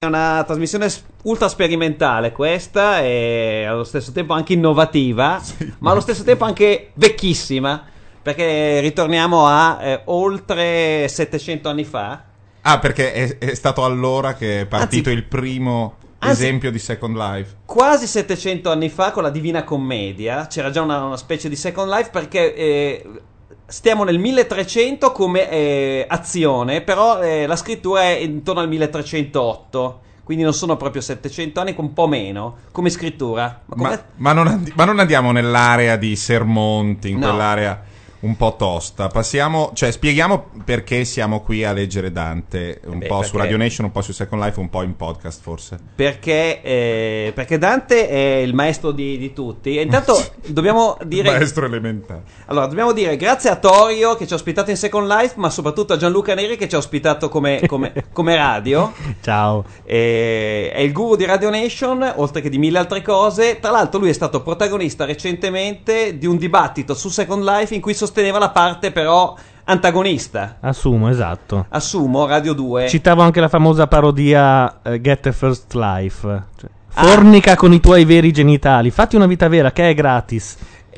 una trasmissione ultra sperimentale questa e allo stesso tempo anche innovativa, sì, ma allo stesso tempo anche vecchissima, perché ritorniamo a oltre 700 anni fa. Ah, perché è stato allora che è partito il primo esempio di Second Life. Quasi 700 anni fa con la Divina Commedia c'era già una specie di Second Life, perché stiamo nel 1300 come azione, però la scrittura è intorno al 1308, quindi non sono proprio 700 anni, un po' meno come scrittura. Ma non andiamo nell'area di Sermonti, in quell'area un po' tosta. Spieghiamo perché siamo qui a leggere Dante un po' su Radio Nation, un po' su Second Life, un po' in podcast forse. Perché Dante è il maestro di tutti. E intanto dobbiamo dire maestro elementare. Allora, dobbiamo dire grazie a Torio che ci ha ospitato in Second Life, ma soprattutto a Gianluca Neri che ci ha ospitato come radio. Ciao. È il guru di Radio Nation, oltre che di mille altre cose. Tra l'altro lui è stato protagonista recentemente di un dibattito su Second Life in cui sosteneva la parte però antagonista. Assumo, esatto. Assumo, Radio 2. Citavo anche la famosa parodia Get a First Life. Fornica con i tuoi veri genitali, fatti una vita vera che è gratis.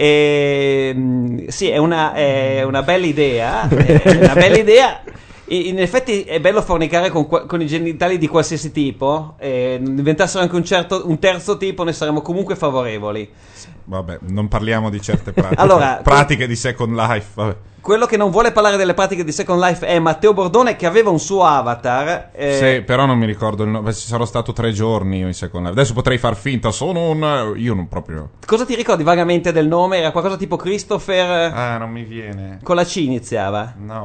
Sì, è una bella idea. È una bella idea. In effetti è bello fornicare con i genitali di qualsiasi tipo. Diventassero anche un terzo tipo, ne saremmo comunque favorevoli. Vabbè, non parliamo di certe pratiche. Allora, pratiche di Second Life. Vabbè. Quello che non vuole parlare delle pratiche di Second Life è Matteo Bordone, che aveva un suo avatar. Sì, però non mi ricordo il nome. Ci sarò stato 3 giorni io in Second Life. Adesso potrei far finta. Io non proprio. Cosa ti ricordi vagamente del nome? Era qualcosa tipo Christopher. Ah, non mi viene. Con la C iniziava. No,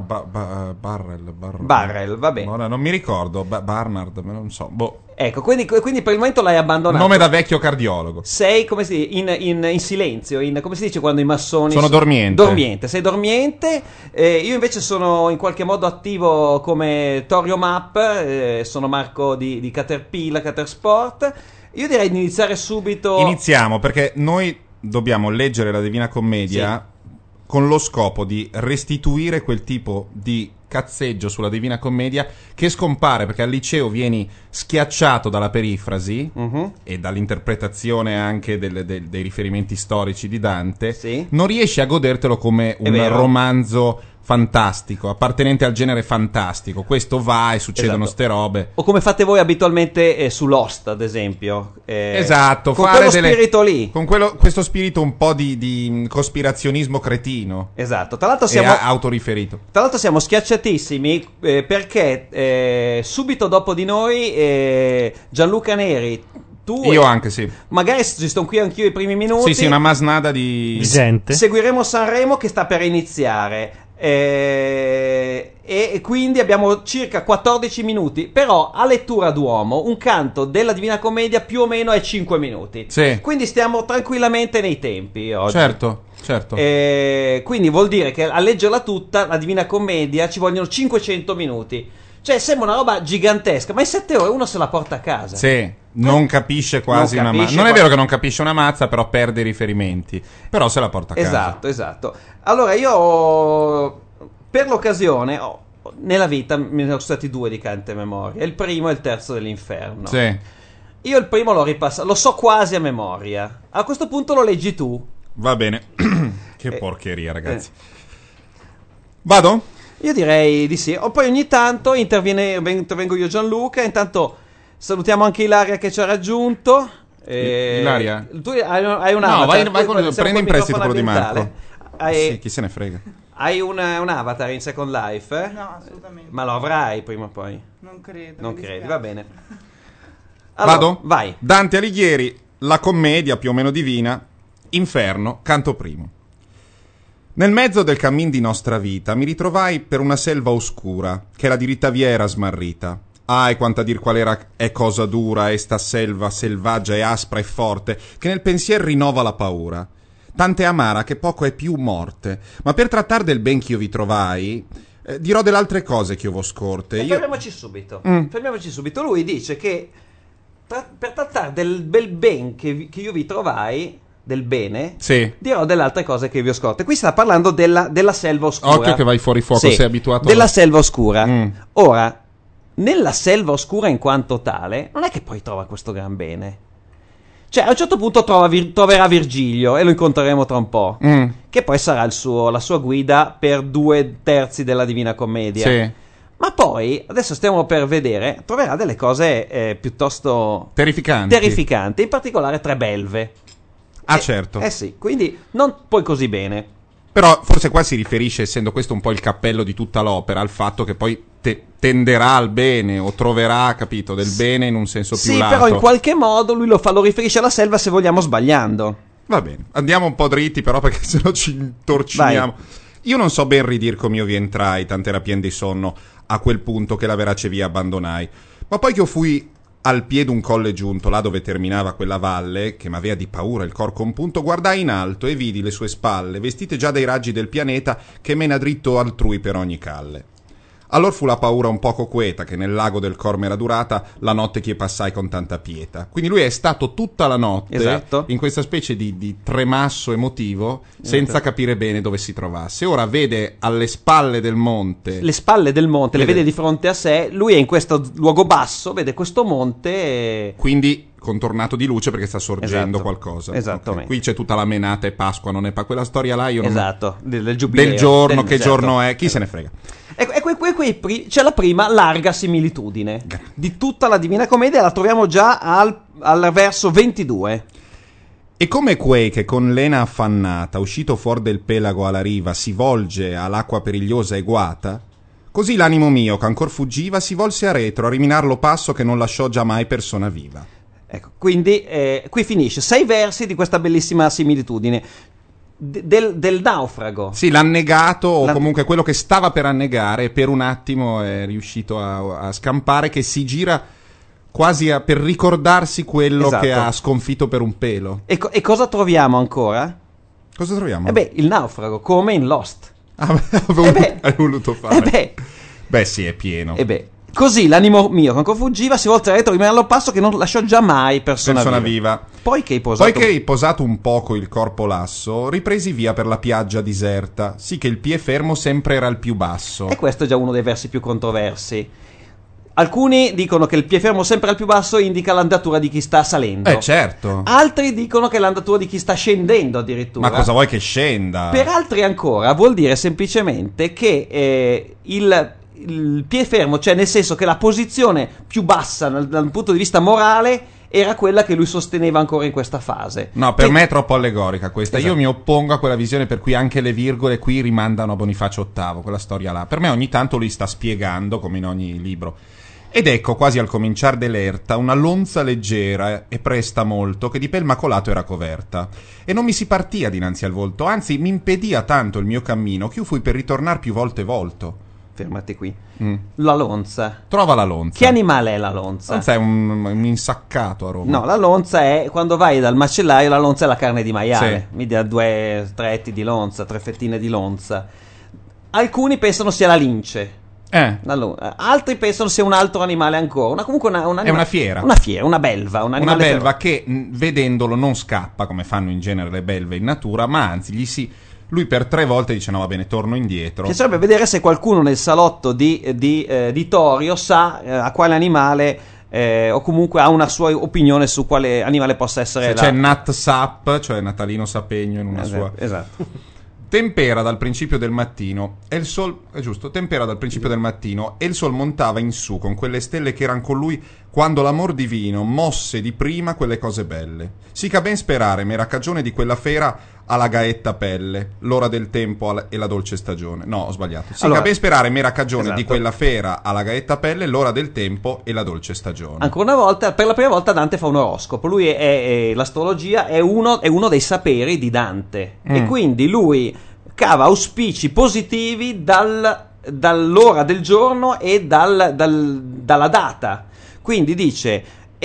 Barrel, va bene. No, non mi ricordo. Barnard, non so. Boh. Ecco, quindi per il momento l'hai abbandonato. Nome da vecchio cardiologo. Sei, come si dice, in silenzio, come si dice quando i massoni... Sono dormiente. Sei dormiente. Io invece sono in qualche modo attivo come Torio Map, sono Marco di Caterpillar, Catersport. Io direi di iniziare subito... Iniziamo, perché noi dobbiamo leggere la Divina Commedia con lo scopo di restituire quel tipo di cazzeggio sulla Divina Commedia che scompare, perché al liceo vieni schiacciato dalla perifrasi e dall'interpretazione anche dei riferimenti storici di Dante, non riesci a godertelo come un romanzo fantastico, appartenente al genere fantastico. Questo va e succedono ste robe. O come fate voi abitualmente su Lost, ad esempio. Esatto, con quello spirito lì. Con questo spirito un po' di cospirazionismo cretino. Esatto, tra l'altro siamo autoriferito. Tra l'altro siamo schiacciatissimi perché subito dopo di noi Gianluca Neri, io anche, sì. Magari ci sto qui anch'io i primi minuti. Sì, una masnada di gente. Seguiremo Sanremo che sta per iniziare. E quindi abbiamo circa 14 minuti. Però a lettura d'uomo un canto della Divina Commedia più o meno è 5 minuti. Sì. Quindi stiamo tranquillamente nei tempi oggi. Certo. Quindi vuol dire che a leggerla tutta la Divina Commedia ci vogliono 500 minuti. Cioè sembra una roba gigantesca, ma in 7 ore uno se la porta a casa. Sì, non capisce quasi una mazza. Non è vero che non capisce una mazza, però perde i riferimenti. Però se la porta a casa. Esatto. Allora io per l'occasione nella vita me ne sono stati 2 di cante memoria. Il primo e il terzo dell'inferno. Sì. Io il primo l'ho ripassato, lo so quasi a memoria. A questo punto lo leggi tu. Va bene. Che porcheria, ragazzi. Vado? Io direi di sì. O poi ogni tanto intervengo io, Gianluca. Intanto salutiamo anche Ilaria che ci ha raggiunto. Ilaria? Tu hai un No, avatar. prendi in prestito quello di Marco. Hai, sì, chi se ne frega. Hai un avatar in Second Life? No, assolutamente. Ma lo avrai prima o poi? Non credo. Non credi, va bene. Allora, vado? Vai. Dante Alighieri, la commedia più o meno divina, Inferno, canto primo. Nel mezzo del cammin di nostra vita mi ritrovai per una selva oscura, che la diritta via era smarrita. E quanta dir qual era è cosa dura esta selva selvaggia e aspra e forte, che nel pensier rinnova la paura. Tant'è amara che poco è più morte. Ma per trattar del ben ch'io vi trovai, dirò delle altre cose che io vo scorte. Fermiamoci subito. Lui dice che per trattare del bel ben che io vi trovai, del bene, dirò delle altre cose che vi ho scorte. Qui sta parlando della selva oscura. Occhio che vai fuori fuoco, sei abituato della selva oscura. Ora, nella selva oscura in quanto tale, non è che poi trova questo gran bene. Cioè, a un certo punto troverà Virgilio, e lo incontreremo tra un po', che poi sarà la sua guida per 2/3 della Divina Commedia. Sì. Ma poi, adesso stiamo per vedere, troverà delle cose piuttosto terrificanti, in particolare 3 belve. certo. Sì, quindi non poi così bene. Però forse qua si riferisce, essendo questo un po' il cappello di tutta l'opera, al fatto che poi tenderà al bene o troverà, capito, del bene in un senso più lato. Sì, però in qualche modo lui lo riferisce alla selva, se vogliamo, sbagliando. Va bene, andiamo un po' dritti però, perché sennò ci intorciniamo. Vai. Io non so ben ridir come io vi entrai, tant'era pien di sonno, a quel punto che la verace via abbandonai. Ma poi che io fui al piede un colle giunto, là dove terminava quella valle, che m'avea di paura il cor compunto, guardai in alto e vidi le sue spalle, vestite già dai raggi del pianeta, che mena dritto altrui per ogni calle. Allor fu la paura un poco queta, che nel lago del cor m'era durata la notte che passai con tanta pietà. Quindi lui è stato tutta la notte, esatto, in questa specie di tremasso emotivo, senza capire bene dove si trovasse. Ora vede alle spalle del monte... Le spalle del monte, le vede di fronte a sé, lui è in questo luogo basso, vede questo monte e... Quindi contornato di luce perché sta sorgendo Esatto, qualcosa. esattamente. Okay. Qui c'è tutta la menata e Pasqua, non è quella storia là, io non... Esatto, del giubileo. Del giorno, che certo. giorno è, chi se ne frega. E qui c'è la prima larga similitudine di tutta la Divina Commedia, la troviamo già al verso 22. E come quei che con lena affannata, uscito fuor del pelago alla riva, si volge all'acqua perigliosa e guata, così l'animo mio, che ancor fuggiva, si volse a retro a riminar lo passo che non lasciò già mai persona viva. Ecco, quindi qui finisce 6 versi di questa bellissima similitudine. Del naufrago. Sì, l'annegato, o comunque quello che stava per annegare, e per un attimo è riuscito a scampare, che si gira quasi per ricordarsi quello Esatto. che ha sconfitto per un pelo. E cosa troviamo ancora? Cosa troviamo? Il naufrago, come in Lost. Hai voluto fare. Beh, sì, è pieno. Così l'animo mio, che ancora fuggiva, si volse a retro, rimane allo passo, che non lasciò già mai persona viva. Poi che hai posato un poco il corpo lasso, ripresi via per la piaggia diserta, sì che il pie fermo sempre era il più basso. E questo è già uno dei versi più controversi. Alcuni dicono che il pie fermo sempre al più basso indica l'andatura di chi sta salendo. Certo. Altri dicono che è l'andatura di chi sta scendendo addirittura. Ma cosa vuoi che scenda? Per altri ancora vuol dire semplicemente che il pie fermo, cioè nel senso che la posizione più bassa dal punto di vista morale era quella che lui sosteneva ancora in questa fase. No, per me è troppo allegorica questa. Esatto. Io mi oppongo a quella visione per cui anche le virgole qui rimandano a Bonifacio VIII, quella storia là. Per me ogni tanto lui sta spiegando, come in ogni libro. Ed ecco, quasi al cominciar dell'erta, una lonza leggera e presta molto, che di pel macolato era coverta. E non mi si partia dinanzi al volto, anzi mi impedia tanto il mio cammino, che io fui per ritornar più volte volto. Fermati qui. La lonza. Trova la lonza. Che animale è la lonza? La lonza è un insaccato a Roma. No, la lonza è, quando vai dal macellaio, la lonza è la carne di maiale. Sì. Mi dà 2 etti di lonza, 3 fettine di lonza. Alcuni pensano sia la lince. Altri pensano sia un altro animale ancora. È una fiera. Una fiera, una belva. Una belva che vedendolo non scappa, come fanno in genere le belve in natura, ma anzi lui per 3 volte dice no va bene, torno indietro. Piacerebbe vedere se qualcuno nel salotto di Torio sa a quale animale o comunque ha una sua opinione su quale animale possa essere. Se c'è Nat Sap, cioè Natalino Sapegno in una sua. Esatto. Tempera dal principio del mattino e il sol tempera dal principio del mattino e il sol montava in su con quelle stelle che eran con lui quando l'amor divino mosse di prima quelle cose belle. Sì che a ben sperare m'era cagione di quella fera alla gaetta pelle, l'ora del tempo e la dolce stagione. No, ho sbagliato. Sì che a ben sperare m'era cagione di quella fera alla gaetta pelle, l'ora del tempo e la dolce stagione. Ancora una volta, per la prima volta Dante fa un oroscopo. Lui l'astrologia è uno dei saperi di Dante e quindi lui cava auspici positivi dall'ora del giorno e dalla data. Quindi dice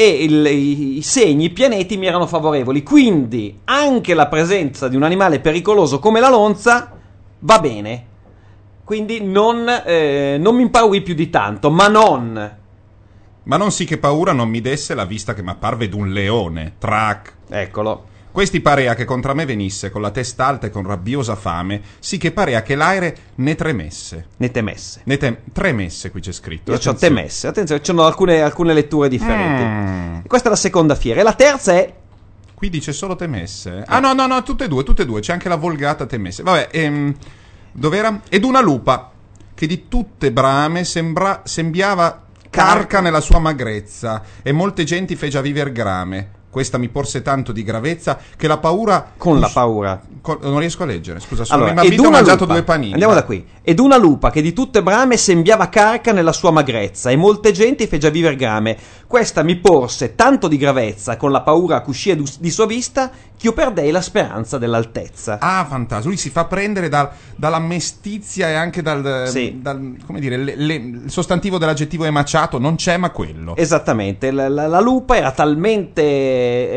i segni, i pianeti mi erano favorevoli, quindi anche la presenza di un animale pericoloso come la lonza va bene, quindi non mi impaurì più di tanto, ma non sì che paura non mi desse la vista che m'apparve d'un leone, trac. eccolo. Questi parea che contra me venisse con la testa alta e con rabbiosa fame, sì che parea che l'aere ne tremesse. Ne temesse. Tremesse qui c'è scritto. Io c'ho temesse. Attenzione, ci sono alcune letture differenti. Questa è la seconda fiera. E la terza è... Qui dice solo temesse. Ah no, tutte e due. C'è anche la volgata temesse. Vabbè, dov'era? Ed una lupa che di tutte brame sembiava carca nella sua magrezza, e molte genti fe già viver grame. Questa mi porse tanto di gravezza che la paura... la paura. Non riesco a leggere, scusa, sono allora, rimbambito, ho mangiato 2 panini. Andiamo da qui. Ed una lupa che di tutte brame sembiava carca nella sua magrezza, e molte genti fe già viver grame. Questa mi porse tanto di gravezza con la paura cuscia di sua vista, che io perdei la speranza dell'altezza. Ah, fantastico. Lui si fa prendere dalla mestizia e anche dal come dire, il sostantivo dell'aggettivo emaciato non c'è, ma quello. Esattamente. La lupa era talmente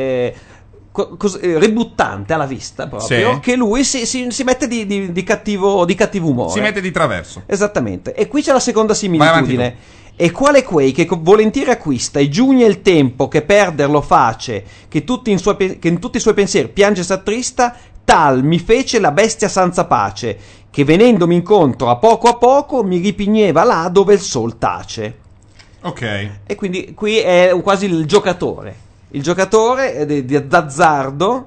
ributtante alla vista proprio, che lui si mette di cattivo umore. Si mette di traverso. Esattamente. E qui c'è la seconda similitudine. E quale quei che volentieri acquista e giugne il tempo che perderlo face, che in tutti i suoi pensieri piange e s'attrista, tal mi fece la bestia senza pace, che venendomi incontro a poco mi ripigneva là dove il sol tace. Ok. E quindi qui è quasi il giocatore d'azzardo,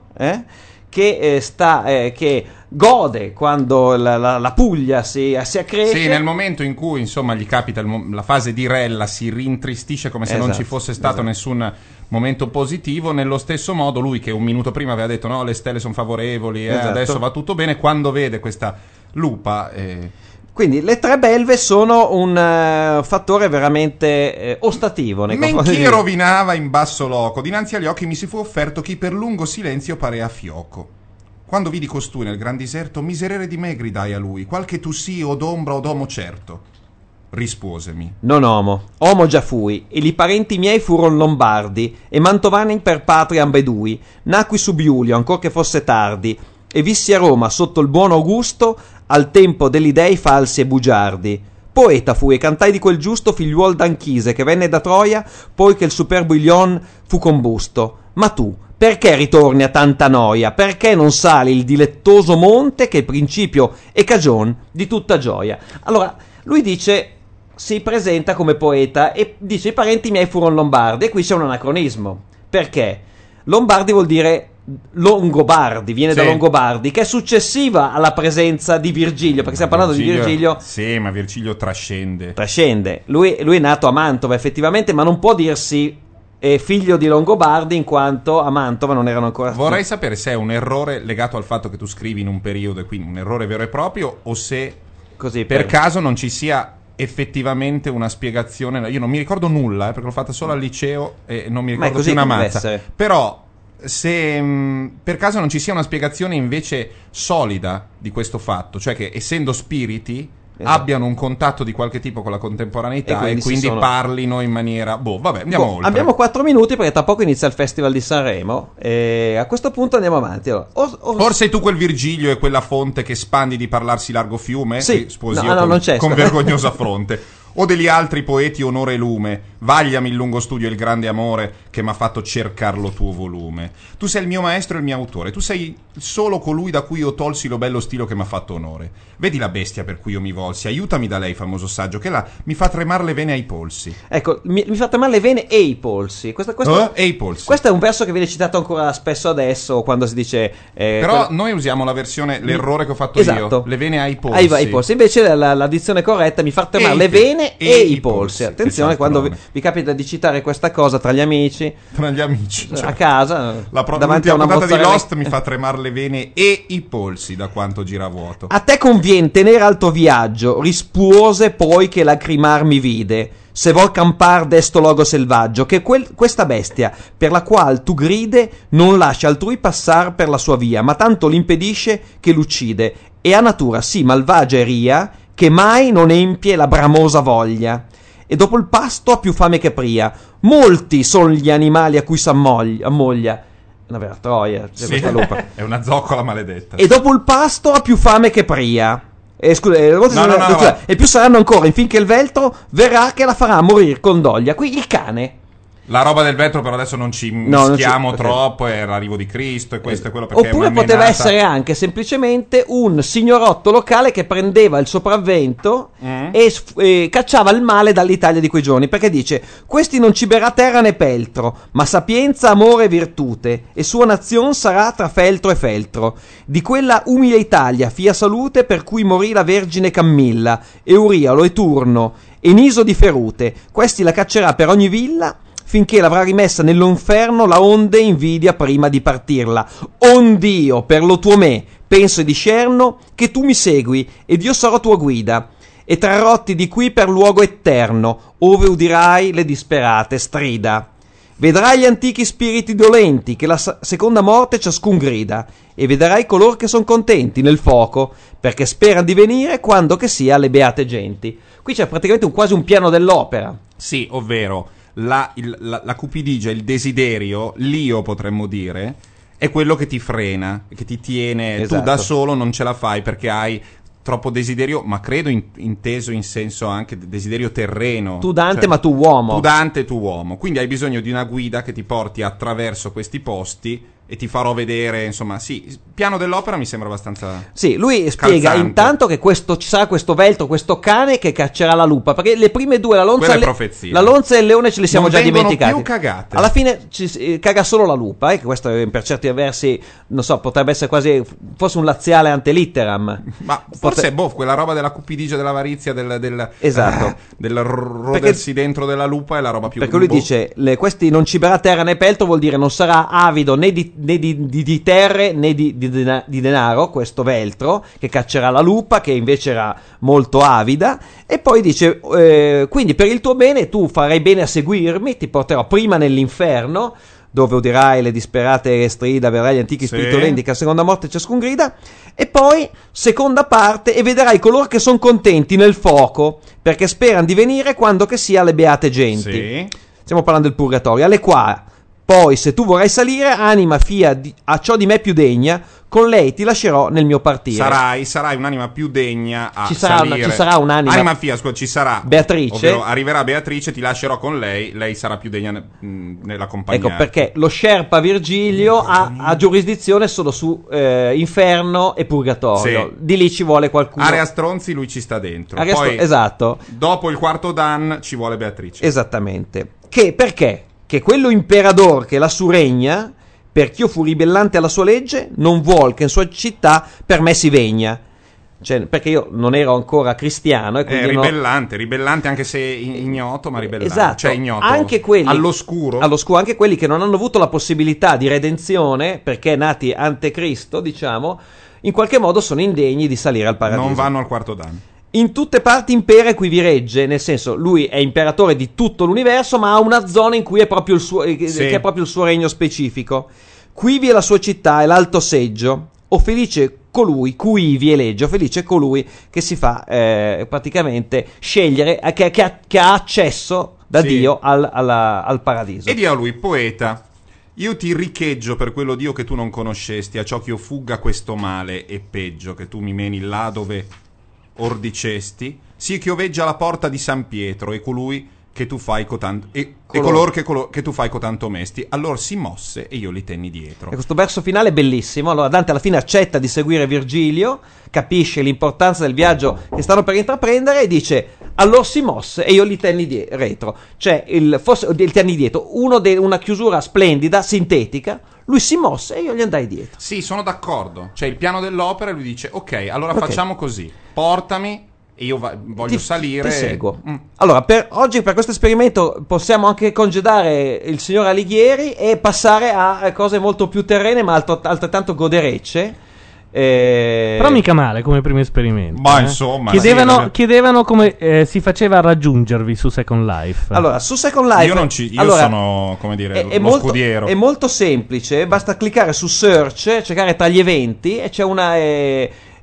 che gode quando la Puglia si accresce. Sì, nel momento in cui insomma gli capita la fase di rella, si rintristisce come se non ci fosse stato nessun momento positivo. Nello stesso modo lui, che un minuto prima aveva detto no, le stelle sono favorevoli, adesso va tutto bene, quando vede questa lupa... Quindi le 3 belve sono un fattore veramente ostativo nei confronti di... rovinava in basso loco, dinanzi agli occhi mi si fu offerto chi per lungo silenzio parea fioco. Quando vidi costui nel gran diserto, miserere di me gridai a lui, qualche tu sì o d'ombra o d'omo certo. Risposemi: non omo già fui, e li parenti miei furono lombardi, e mantovani per patria ambedui. Nacqui su Biulio, ancor che fosse tardi, e vissi a Roma sotto il buon Augusto, al tempo degli dei falsi e bugiardi. Poeta fui e cantai di quel giusto figliuol d'Anchise che venne da Troia poi che il superbo Ilion fu combusto. Ma tu, perché ritorni a tanta noia? Perché non sali il dilettoso monte che è principio e cagion di tutta gioia? Allora, lui dice, si presenta come poeta e dice i parenti miei furono lombardi, e qui c'è un anacronismo. Perché? Lombardi vuol dire Longobardi, viene da Longobardi, che è successiva alla presenza di Virgilio, perché stiamo parlando di Virgilio. Sì, ma Virgilio trascende. Lui è nato a Mantova effettivamente, ma non può dirsi figlio di Longobardi in quanto a Mantova non erano ancora... Vorrei sapere se è un errore legato al fatto che tu scrivi in un periodo e quindi un errore vero e proprio, o se così per caso non ci sia effettivamente una spiegazione. Io non mi ricordo nulla perché l'ho fatta solo al liceo e non mi ricordo più una mazza. Però se per caso non ci sia una spiegazione invece solida di questo fatto, cioè che essendo spiriti abbiano un contatto di qualche tipo con la contemporaneità e quindi parlino in maniera... vabbè, andiamo oltre. Abbiamo 4 minuti perché tra poco inizia il Festival di Sanremo e a questo punto andiamo avanti. Allora, or sei tu quel Virgilio e quella fonte che spandi di parlarsi largo fiume? Sì, sposi con vergognosa fronte. O degli altri poeti onore e lume, vagliami il lungo studio e il grande amore che m'ha fatto cercar lo tuo volume. Tu sei il mio maestro e il mio autore, tu sei solo colui da cui io tolsi lo bello stilo che m'ha fatto onore. Vedi la bestia per cui io mi volsi, aiutami da lei, famoso saggio, che là mi fa tremare le vene ai polsi. Ecco, mi fa tremare le vene e i polsi. E i polsi. Questo è un verso che viene citato ancora spesso adesso, quando si dice... Però noi usiamo la versione, l'errore che ho fatto io, le vene ai polsi. Ai polsi. Invece la dizione corretta mi fa tremare le vene e i polsi. Attenzione quando vi capita di citare questa cosa tra gli amici, a casa, davanti a una puntata di Lost mi fa tremare le vene e i polsi da quanto gira vuoto. A te convien tenere alto viaggio, rispuose poi che lacrimar mi vide, se vol campar desto logo selvaggio, che questa bestia per la qual tu gride non lascia altrui passar per la sua via, ma tanto l'impedisce che l'uccide, e a natura sì malvagia e ria che mai non empie la bramosa voglia, e dopo il pasto ha più fame che pria. Molti sono gli animali a cui s'ammoglia. Una vera troia, questa lupa. È una zoccola maledetta. E dopo il pasto ha più fame che pria. E più saranno ancora, infinché il veltro verrà che la farà morire con doglia. Qui il cane. La roba del vetro però adesso non ci mischiamo troppo, è l'arrivo di Cristo e questo e quello, perché oppure poteva essere anche semplicemente un signorotto locale che prendeva il sopravvento e cacciava il male dall'Italia di quei giorni, perché dice: questi non ciberà terra né peltro, ma sapienza, amore e virtute, e sua nazione sarà tra feltro e feltro. Di quella umile Italia fia salute, per cui morì la Vergine Cammilla, Eurialo e Turno e Niso di Ferute. Questi la caccerà per ogni villa, finché l'avrà rimessa nell'inferno la onde invidia prima di partirla. Ond'io, per lo tuo me, penso e discerno, che tu mi segui, ed io sarò tua guida, e trarrotti di qui per luogo eterno, ove udirai le disperate strida. Vedrai gli antichi spiriti dolenti, che la seconda morte ciascun grida, e vedrai color che son contenti nel fuoco, perché speran di venire quando che sia le beate genti. Qui c'è praticamente quasi un piano dell'opera. Sì, ovvero la cupidigia, il desiderio, l'io potremmo dire, è quello che ti frena, che ti tiene. Esatto. Tu da solo non ce la fai perché hai troppo desiderio, ma credo inteso in senso anche desiderio terreno. Tu Dante, ma tu uomo. Tu Dante, tu uomo. Quindi hai bisogno di una guida che ti porti attraverso questi posti e ti farò vedere, insomma, sì, il piano dell'opera mi sembra abbastanza Sì, lui spiega calzante. intanto che ci sarà questo veltro, questo cane che caccerà la lupa, perché le prime due, la lonza, Quella è profezia. la lonza e il leone ce li siamo Non già vengono dimenticati. più cagate. Alla fine caga solo la lupa, che questo per certi versi, non so, potrebbe essere quasi forse un laziale ante litteram. Ma forse quella roba della cupidigia, dell'avarizia, Esatto. del rodersi dentro della lupa è la roba più. Perché lui dice: questi non ciberà terra né peltro, vuol dire non sarà avido né di terre né di denaro, questo veltro che caccerà la lupa, che invece era molto avida. E poi dice: quindi per il tuo bene tu farai bene a seguirmi, ti porterò prima nell'inferno, dove udirai le disperate strida, vedrai gli antichi spiritolenti che a seconda morte ciascun grida, e poi seconda parte, e vedrai coloro che sono contenti nel fuoco, perché sperano di venire quando che sia le beate genti. Sì. Stiamo parlando del purgatorio. Alle qua poi, se tu vorrai salire, anima fia a ciò di me più degna, con lei ti lascerò nel mio partire. Sarai un'anima più degna a ci sarà un'anima. Anima fia, scusa, ci sarà Beatrice. Ovvero arriverà Beatrice, ti lascerò con lei sarà più degna nell'accompagnare. Ecco perché lo Sherpa Virgilio ha giurisdizione solo su inferno e purgatorio. Sì. Di lì ci vuole qualcuno. Area Stronzi, lui ci sta dentro. Poi, esatto. dopo il quarto Dan ci vuole Beatrice. Esattamente. Perché? Che quello imperador che lassù regna, per ch'io fu ribellante alla sua legge, non vuol che in sua città per me si vegna. Cioè, perché io non ero ancora cristiano. E quindi ribellante anche se ignoto, ma ribellante. Esatto. Cioè ignoto. Anche quelli, all'oscuro, anche quelli che non hanno avuto la possibilità di redenzione, perché nati ante Cristo, diciamo, in qualche modo sono indegni di salire al paradiso. Non vanno al quarto Dan. In tutte parti impera e qui vi regge, nel senso, lui è imperatore di tutto l'universo, ma ha una zona in cui è proprio il suo, che è proprio il suo regno specifico. Quivi è la sua città e l'alto seggio, o felice colui, quivi elegge, o felice colui che si fa praticamente scegliere, che ha accesso da Dio al paradiso. E Dio a lui, poeta: io ti richeggio per quello Dio che tu non conoscesti, a ciò che io fugga questo male e peggio, che tu mi meni là dove ordicesti, sì che io veggia la porta di San Pietro e colui che tu fai cotanto e color che tu fai cotanto mesti. Allora si mosse e io li tenni dietro. E questo verso finale è bellissimo. Allora Dante alla fine accetta di seguire Virgilio, capisce l'importanza del viaggio che stanno per intraprendere e dice: allora si mosse e io li tenni dietro. Cioè li tenni dietro, una chiusura splendida, sintetica. Lui si mosse e io gli andai dietro. Sì, sono d'accordo. Cioè il piano dell'opera, lui dice: ok, allora facciamo così, portami e io voglio salire. Ti seguo. Allora, per oggi, per questo esperimento, possiamo anche congedare il signor Alighieri e passare a cose molto più terrene, ma altrettanto goderecce. Però mica male come primo esperimento. Ma insomma, chiedevano come si faceva a raggiungervi su Second Life. Allora, su Second Life io sono, come dire, lo scudiero. È molto semplice, basta cliccare su search, cercare tra gli eventi e c'è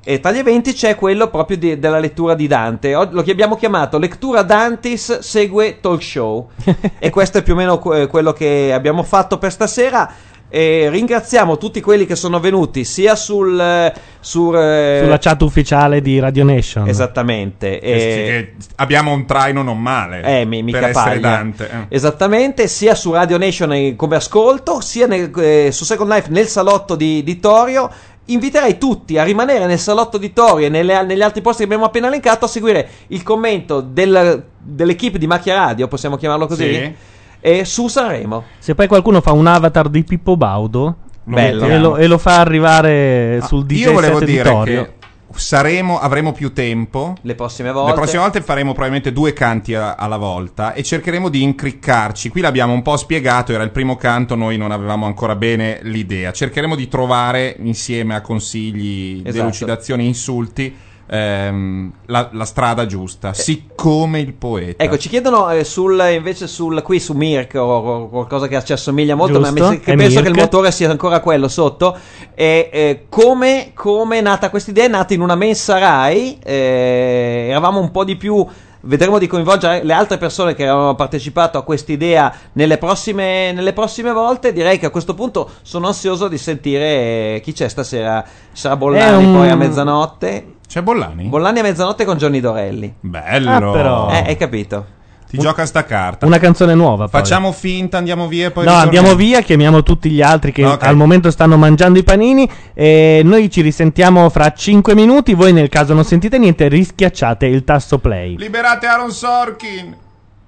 E tra gli eventi c'è quello proprio della lettura di Dante. Lo che abbiamo chiamato Lectura Dantis segue talk show. E questo è più o meno quello che abbiamo fatto per stasera. E ringraziamo tutti quelli che sono venuti sia sulla chat ufficiale di Radio Nation. Esattamente. Che abbiamo un traino non male mica per essere paglia. Dante. Esattamente, sia su Radio Nation come ascolto, sia su Second Life nel salotto di Torio. Inviterei tutti a rimanere nel salotto di Torio e negli altri posti che abbiamo appena elencato a seguire il commento dell'equipe di Macchia Radio, possiamo chiamarlo così? Sì. E su Sanremo. Se poi qualcuno fa un avatar di Pippo Baudo Bello. e lo fa arrivare sul DJ Io volevo set di dire Torio. che avremo più tempo. Le prossime volte Faremo probabilmente 2 canti alla volta e cercheremo di incriccarci. Qui l'abbiamo un po' spiegato, era il primo canto, noi non avevamo ancora bene l'idea. Cercheremo di trovare insieme a consigli, delucidazioni, insulti la strada giusta, siccome il poeta. Ecco, ci chiedono invece qui su Mirk o qualcosa che ci assomiglia molto, Giusto, ma penso Mirk. che il motore sia ancora quello sotto. Come è nata questa idea? È nata in una mensa Rai, eravamo un po' di più. Vedremo di coinvolgere le altre persone che avevano partecipato a quest'idea nelle prossime volte. Direi che a questo punto sono ansioso di sentire chi c'è stasera. Sarà Bollani poi a mezzanotte. C'è Bollani? Bollani a mezzanotte con Johnny Dorelli. Bello. Però. Hai capito? Ti gioca sta carta. Una canzone nuova poi. Facciamo finta, andiamo via e poi andiamo via, chiamiamo tutti gli altri che Ok. al momento stanno mangiando i panini e noi ci risentiamo fra 5 minuti. Voi nel caso non sentite niente rischiacciate il tasto play. Liberate Aaron Sorkin.